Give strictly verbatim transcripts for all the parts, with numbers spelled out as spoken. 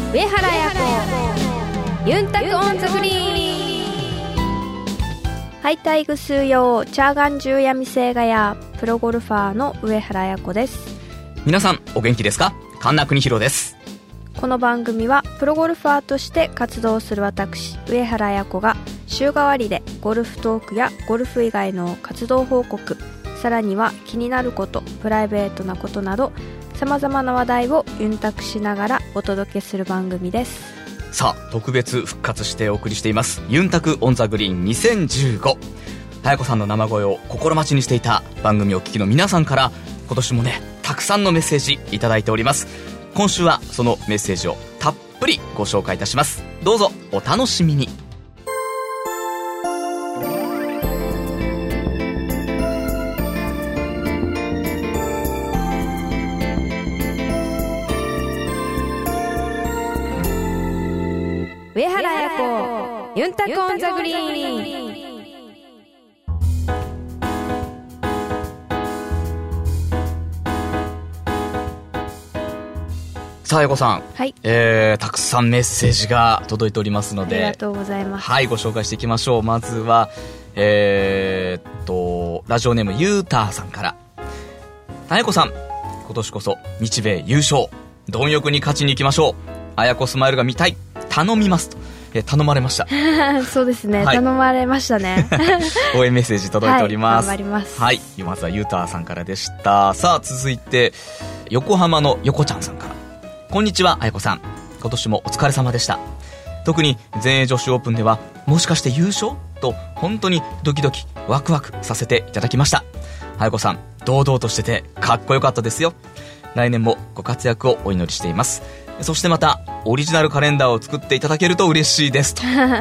上原彩子ユンタクオンザグリーン。はい、タイグスーヨーチャーガンジューヤミセイガヤプロゴルファーの上原彩子です。 皆さんお元気ですか？神田邦弘です。 この番組はプロゴルファーとして活動する私上原彩子が週替わりでゴルフトークやゴルフ以外の活動報告、さらには気になること、プライベートなことなどさまざまな話題をユンタクしながらお届けする番組です。 さあ、特別復活してお送りしていますユンタクオンザグリーンにせんじゅうご。彩子さんの生声を心待ちにしていた番組を聞きの皆さんから今年もね、たくさんのメッセージいただいております。今週はそのメッセージをたっぷりご紹介いたします。どうぞお楽しみに。 上原彩子ユンタクオンザグリーン。 さあ、彩子さん、 はい、 えー、たくさんメッセージが届いておりますので、 ありがとうございます。 はい、ご紹介していきましょう。まずはえー、っとラジオネームゆうたーさんから、彩子さん、今年こそ日米優勝、貪欲に勝ちに行きましょう。彩子スマイルが見たい、頼みますと、えー、頼まれましたそうですね、 はい、 頼まれましたね応援メッセージ届いております。 はい、頑張ります。 はい、まずはゆうたーさんからでした。さあ、続いて横浜の横ちゃんさんから、こんにちは彩子さん、今年もお疲れ様でした。特に全英女子オープンではもしかして優勝と本当にドキドキワクワクさせていただきました。彩子さん、堂々としててかっこよかったですよ。来年もご活躍をお祈りしています。そしてまたオリジナルカレンダーを作っていただけると嬉しいですとはい、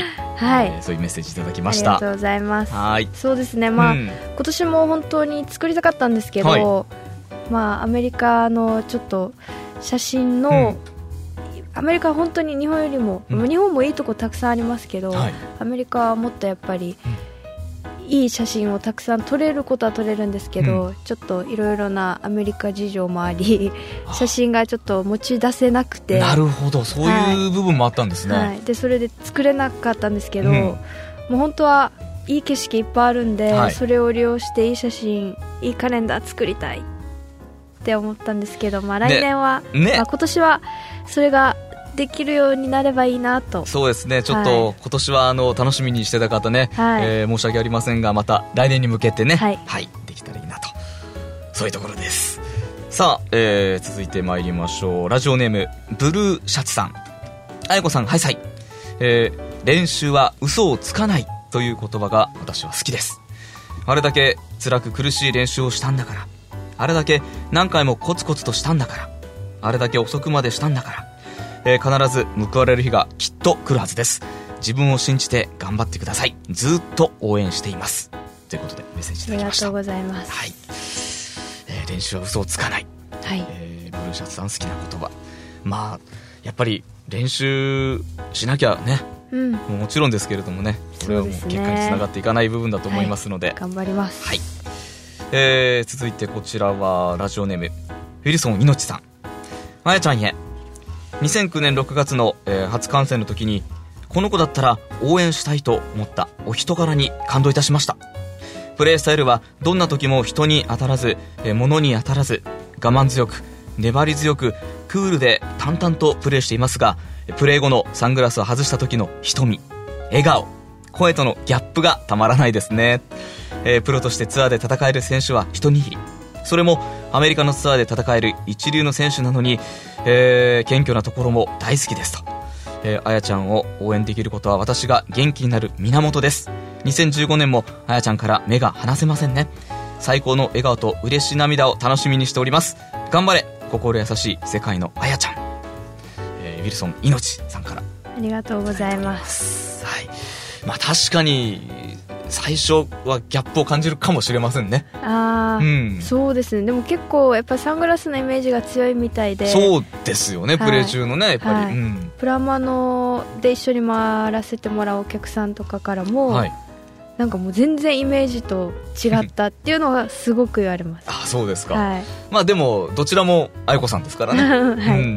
はい、えー、そういうメッセージいただきました。 ありがとうございます。 はい、 そうですね、まあ、うん、今年も本当に作りたかったんですけど、はい、まあアメリカのちょっと写真の、うん、アメリカは本当に日本よりも、うん、日本もいいとこたくさんありますけど、はい、アメリカはもっとやっぱり、うん、いい写真をたくさん撮れることは撮れるんですけど、うん、ちょっといろいろなアメリカ事情もあり写真がちょっと持ち出せなくて。 なるほど、そういう部分もあったんですね。 はいはい、でそれで作れなかったんですけど、うん、もう本当はいい景色いっぱいあるんで、はい、それを利用していい写真、いいカレンダー作りたいって思ったんですけど、まあ、来年は、ねね、まあ、今年はそれができるようになればいいなと。 そうですね、ちょっと、はい、今年はあの楽しみにしてた方ね、はい、えー、申し訳ありませんが、また来年に向けてね、はいはい、できたらいいなと、そういうところです。さあ、えー、続いてまいりましょう。ラジオネームブルーシャツさん、彩子さん、はいさい、えー、練習は嘘をつかないという言葉が私は好きです。あれだけ辛く苦しい練習をしたんだから、あれだけ何回もコツコツとしたんだから、あれだけ遅くまでしたんだから、えー、必ず報われる日がきっと来るはずです。自分を信じて頑張ってください。ずっと応援しています、ということでメッセージいただきました。 ありがとうございます。 はい、えー、練習は嘘をつかない、 はい、 えー、ブルーシャツさん好きな言葉。まあやっぱり練習しなきゃね、うん、も, もちろんですけれどもね、それはもう結果につながっていかない部分だと思いますので、はい、 頑張ります。 はい、えー、続いてこちらはラジオネームウィルソンいのちさん、あやちゃんへ、にせんきゅうねんろくがつの、えー、初観戦の時にこの子だったら応援したいと思ったお人柄に感動いたしました。プレースタイルはどんな時も人に当たらず、えー、物に当たらず、我慢強く粘り強くクールで淡々とプレーしていますが、プレー後のサングラスを外した時の瞳、笑顔、声とのギャップがたまらないですね。えー、プロとしてツアーで戦える選手は一握り、それもアメリカのツアーで戦える一流の選手なのに、えー、謙虚なところも大好きですと、えー、あやちゃんを応援できることは私が元気になる源です。にせんじゅうごねんもあやちゃんから目が離せませんね。最高の笑顔と嬉しい涙を楽しみにしております。頑張れ、心優しい世界のあやちゃん、えー、ウィルソンいのちさんからありがとうございます。 はい、まあ、確かに最初はギャップを感じるかもしれませんね。 あ、うん、そうですね。でも結構やっぱサングラスのイメージが強いみたいで。 そうですよね、はい、プレー中のね、やっぱり、はい、うん、 プラマノで一緒に回らせてもらうお客さんとかからも、はい、 なんかもう全然イメージと違ったっていうのがすごく言われます。 あ、そうですか。 はい、 まあでもどちらも愛子さんですからね。はい、うん、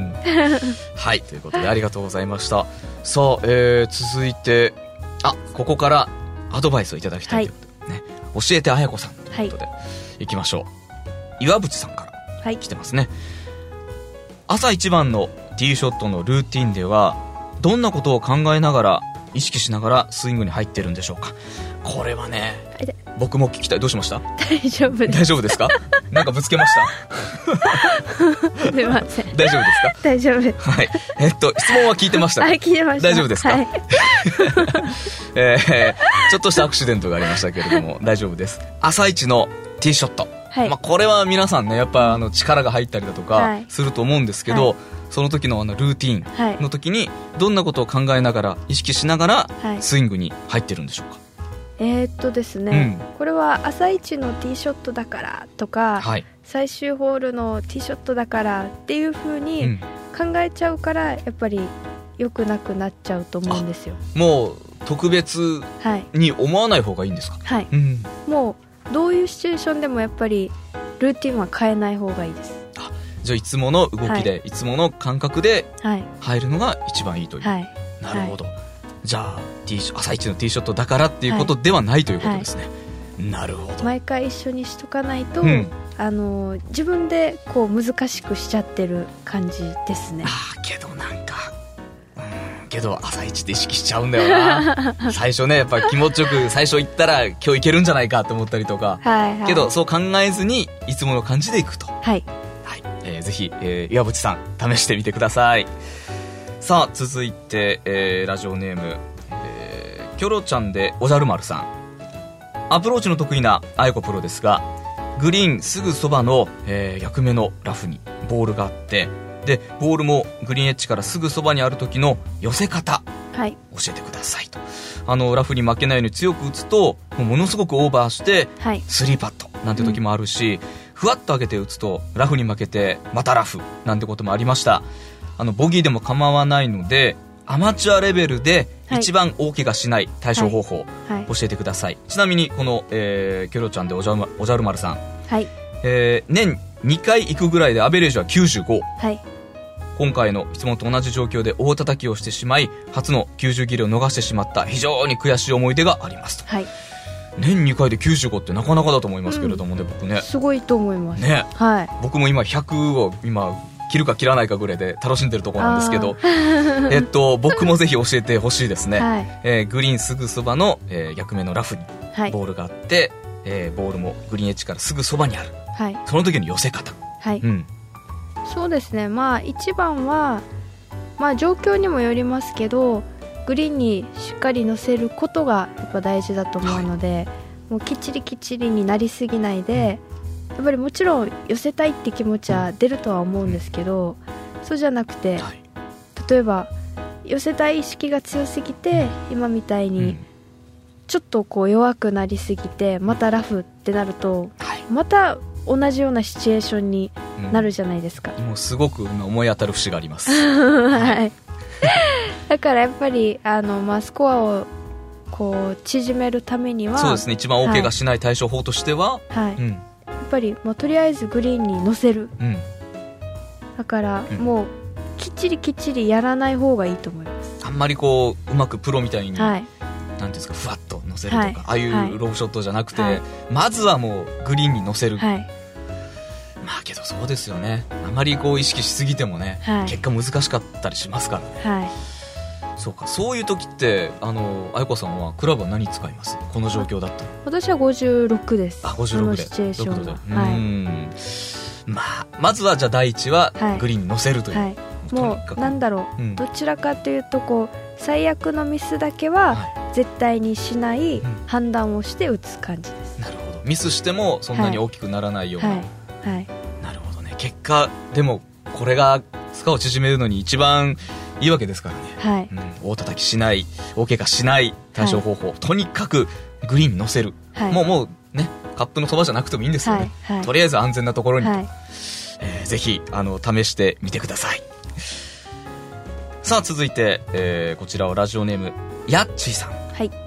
はい、ということでありがとうございました。さあ、えー、続いて、あ、ここからアドバイスをいただきたいということでね、はい、教えて彩子さんということで、はい、いきましょう。岩渕さんから来てますね。はい、朝一番のティーショットのルーティンではどんなことを考えながら意識しながらスイングに入ってるんでしょうか。これはね、僕も聞きたい。どうしました？ 大丈夫です。 大丈夫ですか？なんかぶつけましたすいません。 大丈夫ですか？ 大丈夫です。 はい。えっと質問は聞いてましたか？ はい、聞いてました。 大丈夫ですか？はい、えー、ちょっとしたアクシデントがありましたけれども大丈夫です。朝一のティーショット、はい、まあ、これは皆さんねやっぱあの力が入ったりだとかすると思うんですけど、はい、その時のあのルーティーンの時にどんなことを考えながら意識しながらスイングに入ってるんでしょうか？ えー、っとですね、うん、これは朝一のティーショットだからとか、はい、最終ホールのティーショットだからっていう風に考えちゃうからやっぱり良くなくなっちゃうと思うんですよ。 もう特別に思わない方がいいんですか？ はい、うん、もうどういうシチュエーションでもやっぱりルーティンは変えない方がいいです。 あ、じゃあいつもの動きで、はい、いつもの感覚で入るのが一番いいという、はい、なるほど、はい、じゃあティー朝一のティーショットだからっていうことではないということですね、はい、なるほど。 毎回一緒にしとかないと、うん、あの自分でこう難しくしちゃってる感じですね。 あ、けどなんかけど朝一で意識しちゃうんだよな最初ねやっぱ気持ちよく最初行ったら今日行けるんじゃないかと思ったりとか、はいはい、けどそう考えずにいつもの感じで行くと、はいはい、えー、ぜひ、えー、岩渕さん試してみてください。さあ続いて、えー、ラジオネーム、えー、キョロちゃんでおじゃる丸さん。アプローチの得意なあやこプロですがグリーンすぐそばの、えー、逆目のラフにボールがあってでボールもグリーンエッジからすぐそばにある時の寄せ方、はい、教えてくださいと。あのラフに負けないように強く打つともうものすごくオーバーしてスリーパットなんて時もあるし、うん、ふわっと上げて打つとラフに負けてまたラフなんてこともありました。あのボギーでも構わないのでアマチュアレベルで一番大怪我しない対処方法、はいはい、教えてください。ちなみにこの、えー、キョロちゃんでおじゃる、おじゃる丸さん、はい、えー、年にかい行くぐらいでアベレージはきゅうじゅうご、はい、今回の質問と同じ状況で大叩きをしてしまい初のきゅうじゅう切れを逃してしまった非常に悔しい思い出がありますと、はい、年にかいできゅうじゅうごってなかなかだと思いますけれどもね、うん、僕ねすごいと思います、 ね、はい、僕も今ひゃくを今切るか切らないかぐらいで楽しんでるところなんですけどえっと僕もぜひ教えてほしいですね、はい、えー、グリーンすぐそばの、えー、逆目のラフにボールがあって、はい、えー、ボールもグリーンエッジからすぐそばにある、はい、その時の寄せ方、はい、うん、 そうですね、まあ一番は、まあ、状況にもよりますけどグリーンにしっかり乗せることがやっぱ大事だと思うので、はい、もうきっちりきっちりになりすぎないで、やっぱりもちろん寄せたいって気持ちは出るとは思うんですけど、そうじゃなくて、はい、例えば寄せたい意識が強すぎて今みたいにちょっとこう弱くなりすぎてまたラフってなると、はい、また同じようなシチュエーションになるじゃないですか、 うん、もうすごく思い当たる節がありますはい、だからやっぱりあの、まあ、スコアをこう縮めるためにはそうですね、一番大怪我しない対処法としては、はい、うん、 やっぱりもうとりあえずグリーンに乗せる、うん、だからもうきっちりきっちりやらない方がいいと思います。 あんまりこううまくプロみたいに、はい、なんていうんですか、ふわっと乗せるとか、はい、ああいうロブショットじゃなくて、はい、まずはもうグリーンに乗せる、はい、まあけどそうですよね、あまりこう意識しすぎてもね、はい、結果難しかったりしますからね、はい、そうか、そういう時ってあのあやこさんはクラブは何使います？この状況だったら。 私はごじゅうろくです。 あ、ごじゅうろくで、 このシチュエーションは、 はい、うん、まあ、まずはじゃあ第一はグリーンに乗せるという、はいはい、 もうなんだろう、うん、どちらかというとこう最悪のミスだけは絶対にしない判断をして打つ感じです、 うん、なるほど、ミスしてもそんなに大きくならないような、はいはいはい、なるほどね。結果でもこれがスコアを縮めるのに一番いいわけですからね、はい、うん、大叩きしない、大怪我しない対処方法、はい、とにかくグリーンに乗せる、はい、もうもうね、カップのそばじゃなくてもいいんですよね、はいはい、とりあえず安全なところに、はい、えー、ぜひあの試してみてください。さあ続いて、えー、こちらはラジオネームやっちーさん、はい、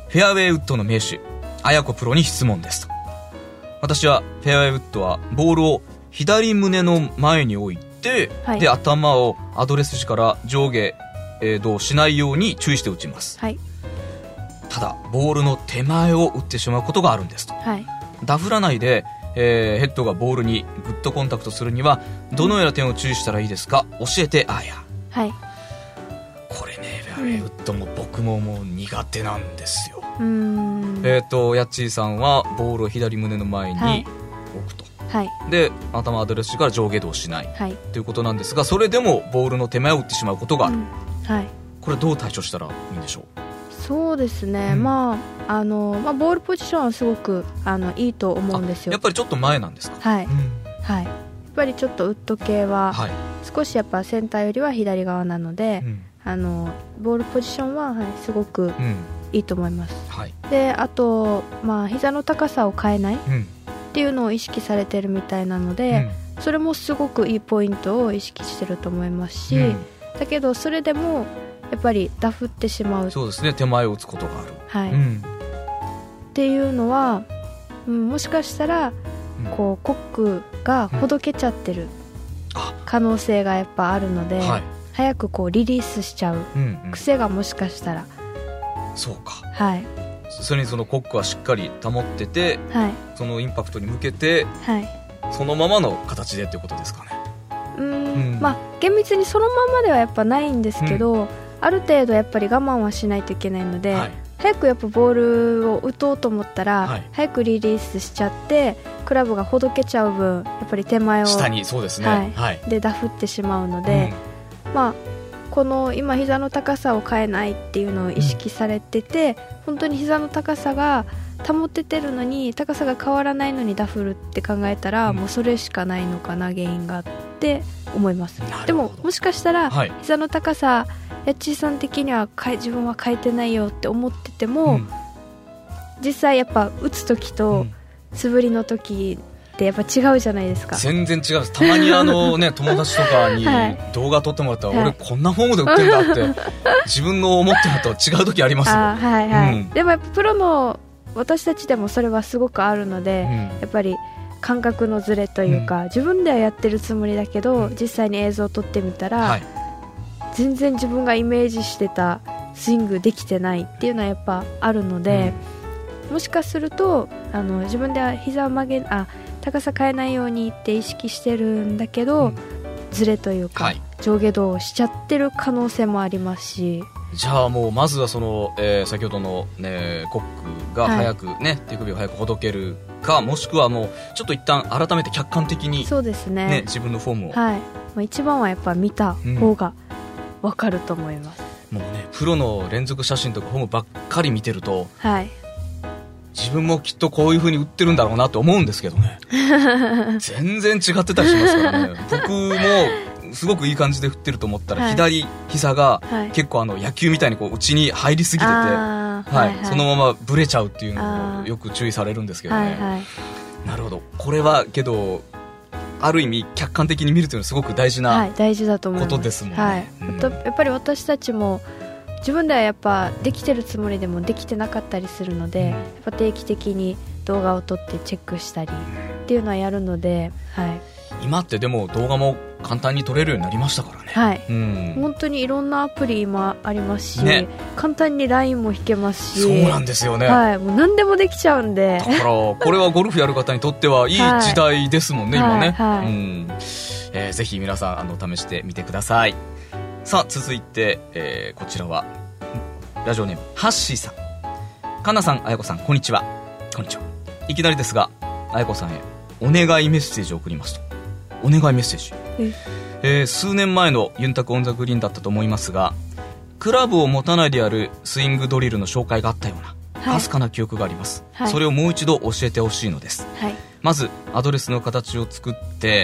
フェアウェイウッドの名手綾子プロに質問ですと。私はフェアウェイウッドはボールを左胸の前に置いて、はい、で頭をアドレス時から上下、えー、動しないように注意して打ちます、はい、ただボールの手前を打ってしまうことがあるんですと、はい、ダフらないで、えー、ヘッドがボールにグッドコンタクトするにはどのような点を注意したらいいですか、教えてあや。 はい、 これねフェアウェイウッドも僕ももう苦手なんですよ。うーんえーとヤッチーさんはボールを左胸の前に置くと、はい、で頭アドレスから上下動しない、はい、ということなんですが、それでもボールの手前を打ってしまうことがある、うんはい、これどう対処したらいいんでしょう。 そうですね、うん、まああのまあ、ボールポジションはすごくあのいいと思うんですよ。 やっぱりちょっと前なんですか。 はい、うんはい、やっぱりちょっとウッド系は、はい、少しやっぱセンターよりは左側なので、うん、あのボールポジションは、はい、すごくいいと思います、うんはい、であと、まあ、膝の高さを変えない、うん、っていうのを意識されてるみたいなので、うん、それもすごくいいポイントを意識してると思いますし、うん、だけどそれでもやっぱりダフってしまう。 そうですね、手前を打つことがある、 はいうん、っていうのは、うん、もしかしたら、うん、こうコックがほどけちゃってる可能性がやっぱあるので、うんはい、早くこうリリースしちゃう癖がもしかしたら、 うんうん、そうか、 はい、 それにそのコックはしっかり保ってて、はい、そのインパクトに向けて、はい、そのままの形でっていうことですかね。 うーん、うん、まあ厳密にそのままではやっぱないんですけど、うん、ある程度やっぱり我慢はしないといけないので、はい、早くやっぱボールを打とうと思ったら、はい、早くリリースしちゃってクラブがほどけちゃう分やっぱり手前を下にそうですね、 はいはい、でダフってしまうので、うん、まあこの今膝の高さを変えないっていうのを意識されてて、うん、本当に膝の高さが保ててるのに高さが変わらないのにダフるって考えたら、うん、もうそれしかないのかな原因がって思います。でももしかしたら、はい、膝の高さヤッチーさん的には自分は変えてないよって思ってても、うん、実際やっぱ打つ時と素振りの時ってやっぱ違うじゃないですか。 全然違う。たまにあの、ね、友達とかに動画撮ってもらったら、はい、俺こんなフォームで打ってんだって自分の思ってるのと違う時ありますよ。あ、はいはい、うん、 でもやっぱプロの私たちでもそれはすごくあるので、うん、やっぱり感覚のズレというか、うん、自分ではやってるつもりだけど、うん、実際に映像を撮ってみたら、はい、全然自分がイメージしてたスイングできてないっていうのはやっぱあるので、うん、もしかするとあの自分では膝を曲げあ高さ変えないようにって意識してるんだけど、うん、ズレというか、はい、上下動しちゃってる可能性もありますし、 じゃあもうまずはその、えー、先ほどの、ね、コックが早く、ねはい、手首を早くほどけるか、もしくはもうちょっと一旦改めて客観的に、 そうですね、 ね、自分のフォームを、 はい、まあ、一番はやっぱ見た方が分かると思います、 うん、もうねプロの連続写真とかフォームばっかり見てると、 はい、 自分もきっとこういう風に打ってるんだろうなと思うんですけどね全然違ってたりしますからね僕もすごくいい感じで振ってると思ったら、はい、左膝が結構あの野球みたいにこう内に入りすぎてて、はいはい、そのままブレちゃうっていうのをよく注意されるんですけどね、はいはい、なるほど。これはけどある意味客観的に見るというのはすごごく大事なことですもんね、はい、うん、 やっぱり私たちも自分ではやっぱできてるつもりでもできてなかったりするので、うん、やっぱ定期的に動画を撮ってチェックしたりっていうのはやるので、はい、 今ってでも動画も簡単に撮れるようになりましたからね、 はい、うん、本当にいろんなアプリもありますし、ね、簡単に ライン も弾けますし、 そうなんですよね、 はい、もう何でもできちゃうんで、 だからこれはゴルフやる方にとってはいい時代ですもんね、はい、今ね、はいはい、うん、えー、ぜひ皆さんあの試してみてください。さあ続いて、えー、こちらはラジオネームハッシーさん。かなさん、あやこさん、こんにちは。こんにちは。いきなりですがあやこさんへお願いメッセージを送りますと。お願いメッセージ、ええー、数年前のユンタクオンザグリーンだったと思いますが、クラブを持たないでやるスイングドリルの紹介があったようなかすかな記憶があります、はい、それをもう一度教えてほしいのです、はい、まずアドレスの形を作って、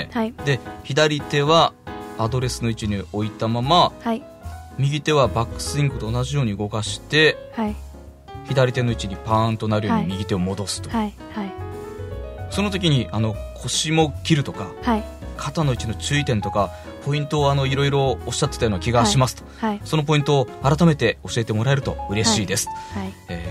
はい、で左手はアドレスの位置に置いたまま、はい、右手はバックスイングと同じように動かして、はい、左手の位置にパーンとなるように右手を戻すと、はいはい、その時にあの腰も切るとか、はい、肩の位置の注意点とかポイントをあのいろいろおっしゃってたような気がしますと、はいはい、そのポイントを改めて教えてもらえると嬉しいです、はいはい、えー、あ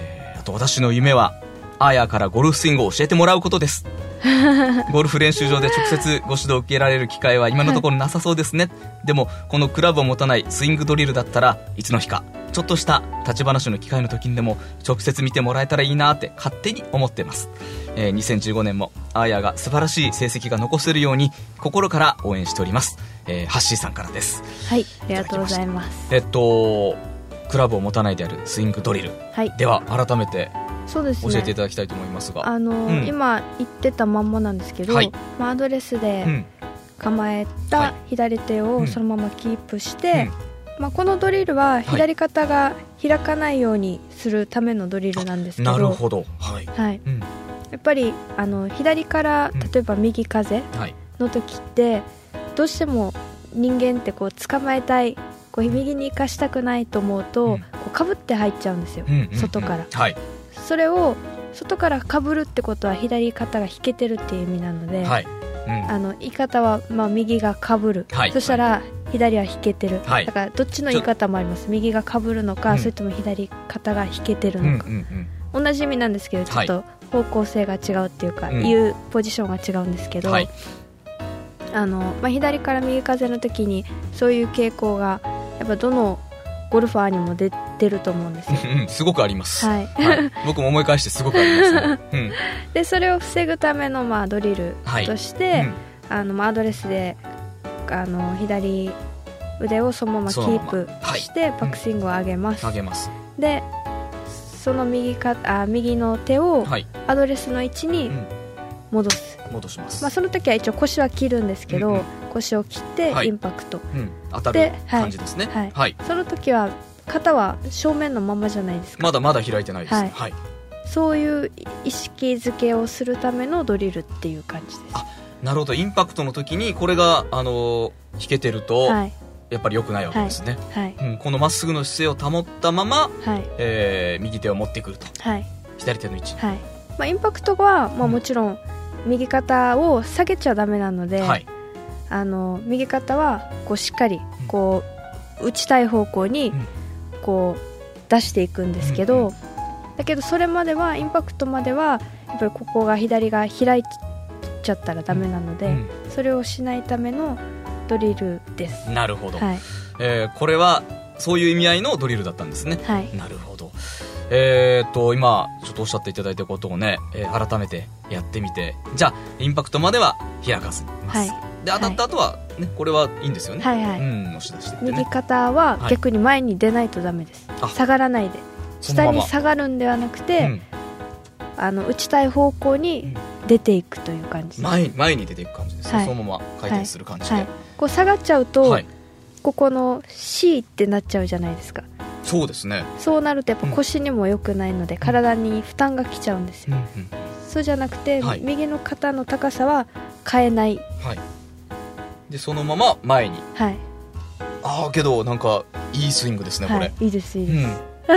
と私の夢はアーヤからゴルフスイングを教えてもらうことです。ゴルフ練習場で直接ご指導を受けられる機会は今のところなさそうですね。でもこのクラブを持たないスイングドリルだったらいつの日かちょっとした立ち話の機会の時にでも直接見てもらえたらいいなって勝手に思っています。えー、にせんじゅうごねんもアーヤが素晴らしい成績が残せるように心から応援しております。えー、ハッシーさんからです。 はい、ありがとうございます。 えっとクラブを持たないであるスイングドリル、はい、では改めてそうですね、教えていただきたいと思いますが、 あの、うん、今言ってたまんまなんですけど、はい、まあ、アドレスで構えた左手をそのままキープして、うん、まあ、このドリルは左肩が開かないようにするためのドリルなんですけど、 なるほど、はい、はい、うん、 やっぱりあの左から例えば右風の時って、どうしても人間ってこう捕まえたい、こう右に行かしたくないと思うと、うん、こうかぶって入っちゃうんですよ、うんうんうん、外から、はい、それを外からかぶるってことは左肩が引けてるっていう意味なので、はい、うん、あの言い方はまあ右がかぶる、はい、そしたら左は引けてる、はい、だからどっちの言い方もあります。右がかぶるのか、うん、それとも左肩が引けてるのか、うんうんうん、同じ意味なんですけどちょっと方向性が違うっていうか、はい、いうポジションが違うんですけど、はい、あのまあ、左から右風の時にそういう傾向がやっぱどのゴルファーにも出てると思うんですよ。 うん、すごくあります、はいはい、僕も思い返してすごくあります、ね、うん、 でそれを防ぐためのまあドリルとして、はい、うん、あのまあアドレスであの左腕をそのままキープして、はい、バックスイングを上げます、 うん、上げます。 でその右かあ右の手をアドレスの位置に戻す、 うん、戻します。 まあ、その時は一応腰は切るんですけど、うんうん、腰を切ってインパクト、はい、うん、 当たる感じですね、 はいはい、その時は肩は正面のままじゃないですか。 まだまだ開いてないです、はいはい、 そういう意識づけをするためのドリルっていう感じです。 あ、なるほど。インパクトの時にこれが、あのー、引けてると、はい、やっぱり良くないわけですね、はいはい、うん、このまっすぐの姿勢を保ったまま、はい、えー、右手を持ってくると、はい、左手の位置、はい、 まあ、インパクトは、まあ、もちろん右肩を下げちゃダメなので、はい、あの右肩はこうしっかりこう、うん、打ちたい方向にこう出していくんですけど、うんうん、だけどそれまではインパクトまではやっぱりここが左が開いちゃったらダメなので、うんうん、それをしないためのドリルです。 なるほど、はい、えー、これはそういう意味合いのドリルだったんですね、はい、なるほど。えー、と今ちょっとおっしゃっていただいたことをね、えー、改めてやってみて、じゃあインパクトまでは開かずにます、はい、で当たった後は、ね、これはいいんですよね、はいはい、うん、押し出していってね。 右肩は逆に前に出ないとダメです、はい、下がらないで下に下がるんではなくて、うん、あの打ちたい方向に出ていくという感じです。 前, 前に出ていく感じですね、はい、そのまま回転する感じで、はいはい、 こう下がっちゃうと、はい、ここの シー ってなっちゃうじゃないですか。 そうですね。 そうなるとやっぱ腰にも良くないので、うん、体に負担がきちゃうんですよ、うんうん、そうじゃなくて、はい、右の肩の高さは変えない、はい、 でそのまま前に、はい、ああけどなんかいいスイングですね、はい、これいいですいいです、 うん、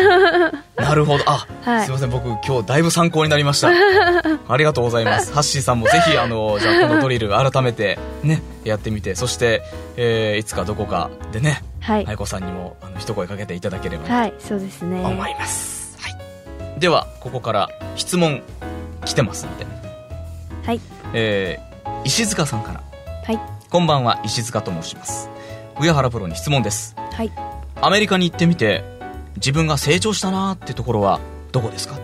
なるほど。あ、はい、すいません、僕今日だいぶ参考になりましたありがとうございます。ハッシーさんもぜひあのじゃあこのドリル改めてねやってみて、そして、えー、いつかどこかでね、はい、愛子さんにもあの一声かけていただければなと思います、はい、はい、ではここから質問来てますんで、はい、えー、石塚さんから、はい、こんばんは、石塚と申します。上原プロに質問です、はい、アメリカに行ってみて自分が成長したなってところはどこですか？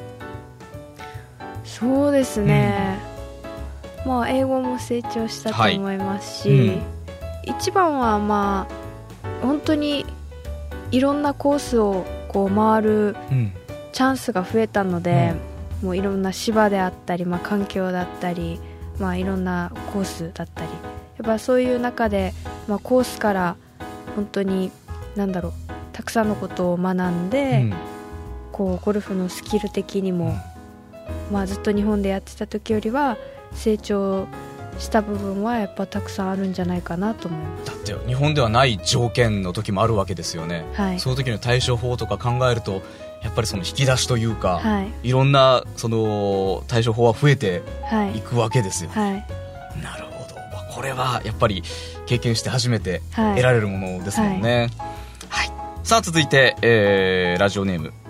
そうですね、うん、まあ英語も成長したと思いますし、はい、うん、一番はまあ本当にいろんなコースをこう回るチャンスが増えたので、うん、もういろんな芝であったり、まあ、環境だったり、まあ、いろんなコースだったり、やっぱそういう中で、まあ、コースから本当に何だろう、たくさんのことを学んで、うん、こうゴルフのスキル的にも、うん、まあ、ずっと日本でやってた時よりは成長した部分はやっぱたくさんあるんじゃないかなと思います。 だって日本ではない条件の時もあるわけですよね、はい、その時の対処法とか考えるとやっぱりその引き出しというか、はい、いろんなその対処法は増えていくわけですよ、はいはい、なるほど、まあ、これはやっぱり経験して初めて得られるものですもんね、はいはい、さあ続いて、えー、ラジオネーム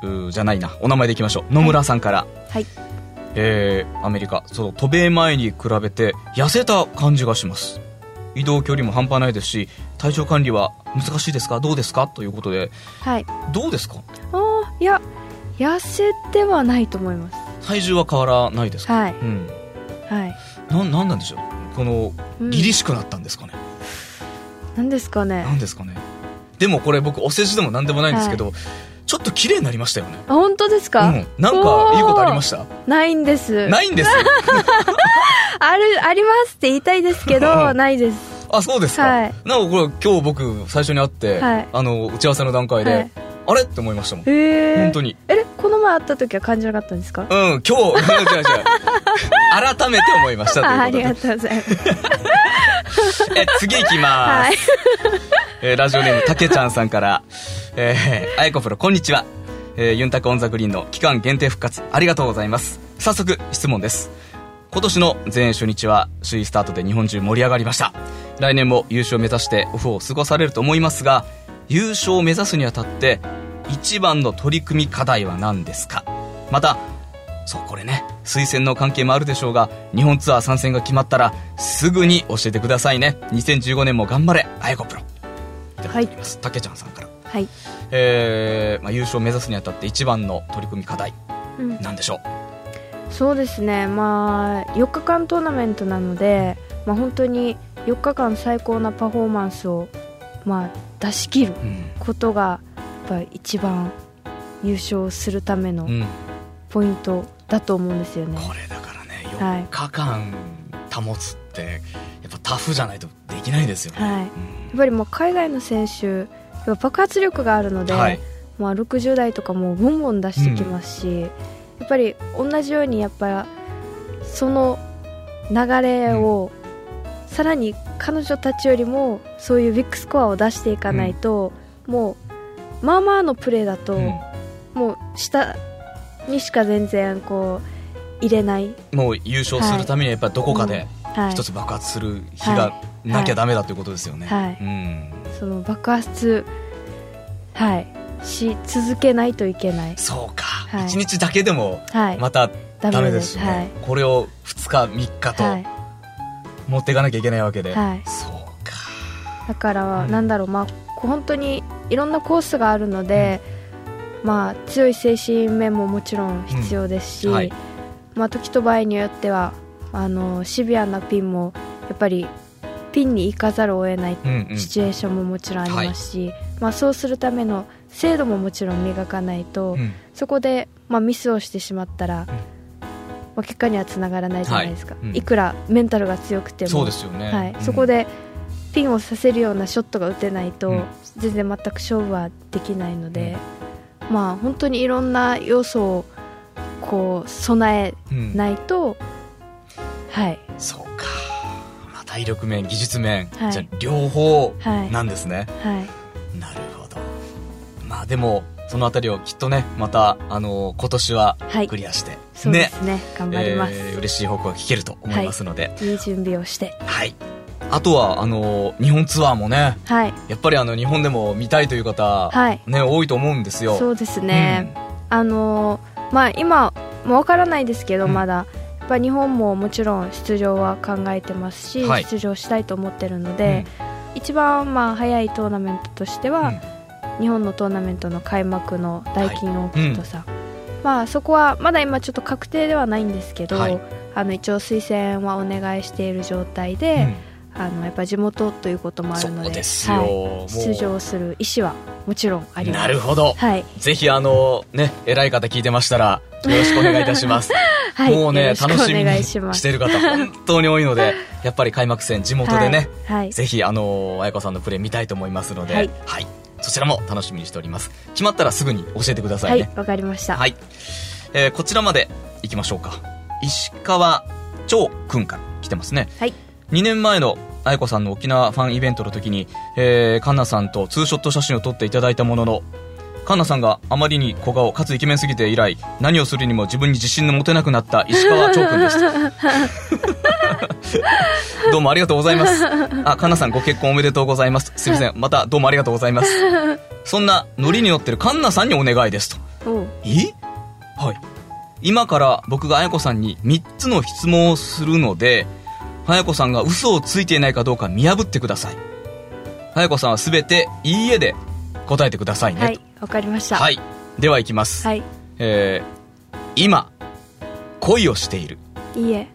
じゃないな、お名前でいきましょう。野村さんから、 はい、 えー、アメリカ、そう、渡米前に比べて痩せた感じがします。移動距離も半端ないですし、体調管理は難しいですか、どうですかということで、 はい、 どうですか？ あいや痩せてはないと思います。 体重は変わらないですか？ はい、 うん、 はい、 な, なんなんでしょう、この凛々しくなったんですかね、 うん、なんですかねなんですかね。でもこれ僕お世辞でもなんでもないんですけど、はい、ちょっと綺麗になりましたよね。 あ、本当ですか？ うん、なんかいいことありました？ ないんです。 ないんですある、ありますって言いたいですけどないです。 あ、そうですか、はい、なんかこれ今日僕最初に会って、はい、あの打ち合わせの段階で、はい、あれって思いましたもん。へ本当に。 えこの前会った時は感じなかったんですか？ うん、今日違う違う違う改めて思いましたということで。 あ, ありがとうございますえ次行きます、はいえー、ラジオネームたけちゃんさんから、えー、あやこプロこんにちは、えー、ユンタクオンザグリーンの期間限定復活ありがとうございます。早速質問です。今年の全英初日は首位スタートで日本中盛り上がりました。来年も優勝を目指してオフを過ごされると思いますが、優勝を目指すにあたって一番の取り組み課題は何ですか？またそうこれね推薦の関係もあるでしょうが、日本ツアー参戦が決まったらすぐに教えてくださいね。にせんじゅうごねんも頑張れあやこプロ。いただいております、はい、たけちゃんさんから、 はいえーまあ、優勝を目指すにあたって一番の取り組み課題、うん、何でしょう？ そうですね、まあ、よっかかんトーナメントなので、まあ、本当によっかかん最高なパフォーマンスを、まあ、出し切ることがやっぱ一番優勝するためのポイントだと思うんですよね、うん、これだからねよっかかん保つってやっぱタフじゃないとできないですよね、はいうん、やっぱりもう海外の選手やっぱ爆発力があるので、はいまあ、ろくじゅうだいとかもボンボン出してきますし、うん、やっぱり同じようにやっぱその流れを、うん、さらに彼女たちよりもそういうビッグスコアを出していかないと、うん、もうまあまあのプレーだと、うん、もう下にしか全然こう入れない。もう優勝するためにはやっぱりどこかで一つ爆発する日がなきゃダメだということですよね、はいはいうん、その爆発、はい、し続けないといけない。そうか、はい、いちにちだけでもまたダメですしね、はい、これをふつかみっかと持っていかなきゃいけないわけで、はい、そうか。だから、うん、なんだろう、まあ、本当にいろんなコースがあるので、うんまあ、強い精神面ももちろん必要ですし、うんはいまあ、時と場合によってはあのシビアなピンもやっぱりピンに行かざるを得ないシチュエーションももちろんありますし、うんうんはいまあ、そうするための精度ももちろん磨かないと、うん、そこで、まあ、ミスをしてしまったら、うんまあ、結果にはつながらないじゃないですか、はいうん、いくらメンタルが強くてもそうですよね、はいうん、そこでピンをさせるようなショットが打てないと、うん、全然全く勝負はできないので、うんまあ、本当にいろんな要素をこう備えないと、うんはい、そうか、まあ、体力面技術面、はい、じゃあ両方なんですね、はいはい、なるほど。まあでもそのあたりをきっとねまたあの今年はクリアして、はい、そうですね、頑張ります、えー、嬉しい報告が聞けると思いますので、はい、いい準備をして、はい、あとはあの日本ツアーもね、はい、やっぱりあの日本でも見たいという方、はいね、多いと思うんですよ。そうですね、うん、あのまあ今もう分からないですけど、うん、まだやっぱ日本ももちろん出場は考えてますし、はい、出場したいと思ってるので、うん、一番まあ早いトーナメントとしては、うん、日本のトーナメントの開幕のダイキンオーキッドさん、はいうんまあ、そこはまだ今ちょっと確定ではないんですけど、はい、あの一応推薦はお願いしている状態で、うん、あのやっぱ地元ということもあるの で, で、はい、出場する意思はもちろんあります。なるほど、はい、ぜひあの、ね、偉い方聞いてましたらよろしくお願いいたしますはい、もうね楽しみにしている方本当に多いのでやっぱり開幕戦地元でね、はいはい、ぜひあの彩子さんのプレー見たいと思いますので、はいはい、そちらも楽しみにしております。決まったらすぐに教えてくださいね。はい、わかりました、はいえー、こちらまで行きましょうか。石川長くんから来てますね、はい、にねんまえの彩子さんの沖縄ファンイベントの時に、えー、カンナさんとツーショット写真を撮っていただいたもののカンナさんがあまりに小顔かつイケメンすぎて以来何をするにも自分に自信の持てなくなった石川長くんでしたどうもありがとうございます。あ、カンナさんご結婚おめでとうございます。すいません、またどうもありがとうございます。そんなノリに乗ってるカンナさんにお願いですと。 えはい。今から僕があやこさんにみっつの質問をするので、あやこさんが嘘をついていないかどうか見破ってください。あやこさんはすべていいえで答えてくださいね。 はい、わかりました。 はい。ではいきます。 はい。 えー、今、恋をしている。 いいえ。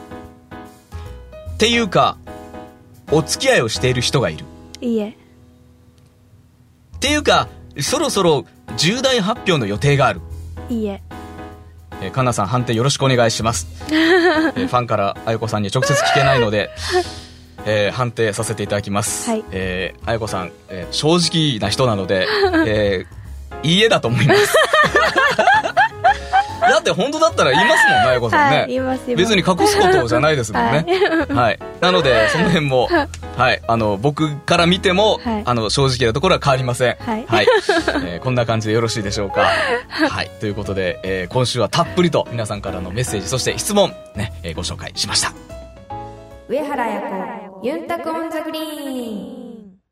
っていうか、お付き合いをしている人がいる。 いいえ。 っていうか、そろそろ重大発表の予定がある。 いいえ。 えー、かなさん判定よろしくお願いします。えー、ファンからあやこさんに直接聞けないので、えー、判定させていただきます。 はい。 えー、あやこさん、えー、正直な人なので、えー、いいえだと思います。だって本当だったら言いますもんね、あやこさんね。 はい、言います言います。 別に隠すことじゃないですもんね。はい。はい、なのでその辺も、はい、あの僕から見ても、はい、あの正直なところは変わりません。 はい。 はい、えー、こんな感じでよろしいでしょうか。はい。ということで、えー、今週はたっぷりと皆さんからのメッセージ、そして質問ね、えー、ご紹介しました。 上原彩子ユンタクオンザグリーン。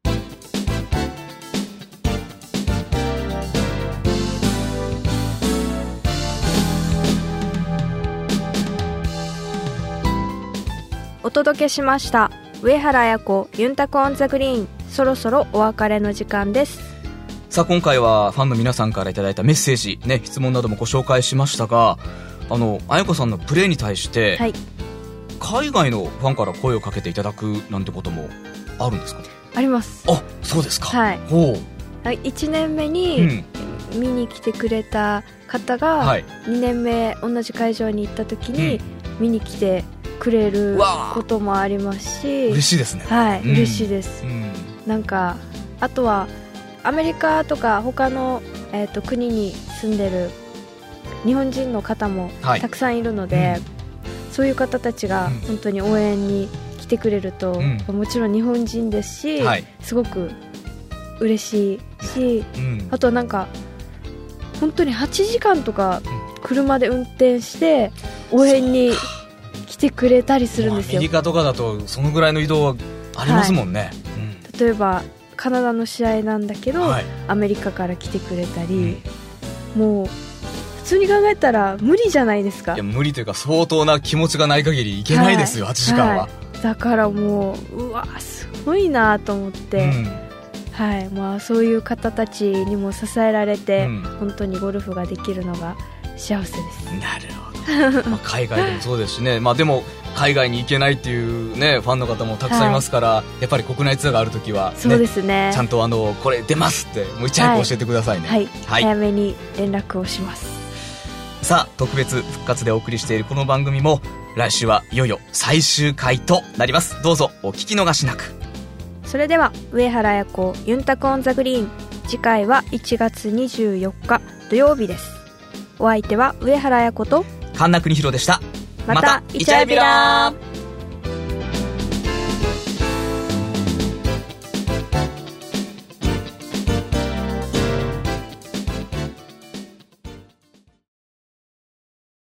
お届けしました上原彩子ユンタクオンザグリーン。そろそろお別れの時間です。 さあ今回はファンの皆さんからいただいたメッセージ、ね、質問などもご紹介しましたが、あの彩子さんのプレーに対して、はい、海外のファンから声をかけていただくなんてこともあるんですか？ あります。 あ、そうですか。 はい。 ほう。 いちねんめに見に来てくれた方が、はい、にねんめ同じ会場に行った時に見に来てくれることもありますし、 嬉しいですね。 はい、 うん、 嬉しいです、うん、なんかあとはアメリカとか他の、えーと、国に住んでる日本人の方もたくさんいるので、はい、うん、そういう方たちが本当に応援に来てくれると、うん、もちろん日本人ですし、はい、すごく嬉しいし、うん、あとはなんか本当にはちじかんとか車で運転して応援に来てくれたりするんですよ。 アメリカとかだとそのぐらいの移動はありますもんね、はい、 うん、例えばカナダの試合なんだけど、はい、アメリカから来てくれたり、うん、もう普通に考えたら無理じゃないですか。 いや無理というか相当な気持ちがない限りいけないですよ、はい、はちじかんは、はい、 だからもううわすごいなと思って、うん、はい、まあ、そういう方たちにも支えられて、うん、本当にゴルフができるのが幸せです。 なるほど、まあ、海外でもそうですしね、まあ、でも海外に行けないっていう、ね、ファンの方もたくさんいますから、はい、やっぱり国内ツアーがあるときは、ね、 そうですね、 ちゃんとあのこれ出ますってもういち早く教えてくださいね。 はい、はい、早めに連絡をします。 さあ特別復活でお送りしているこの番組も来週はいよいよ最終回となります。どうぞお聞き逃しなく。 それでは上原彩子ユンタクオンザグリーン、次回はいちがつにじゅうよっか土曜日です。お相手は上原彩子と神田邦弘でした。 またイチャイビラー。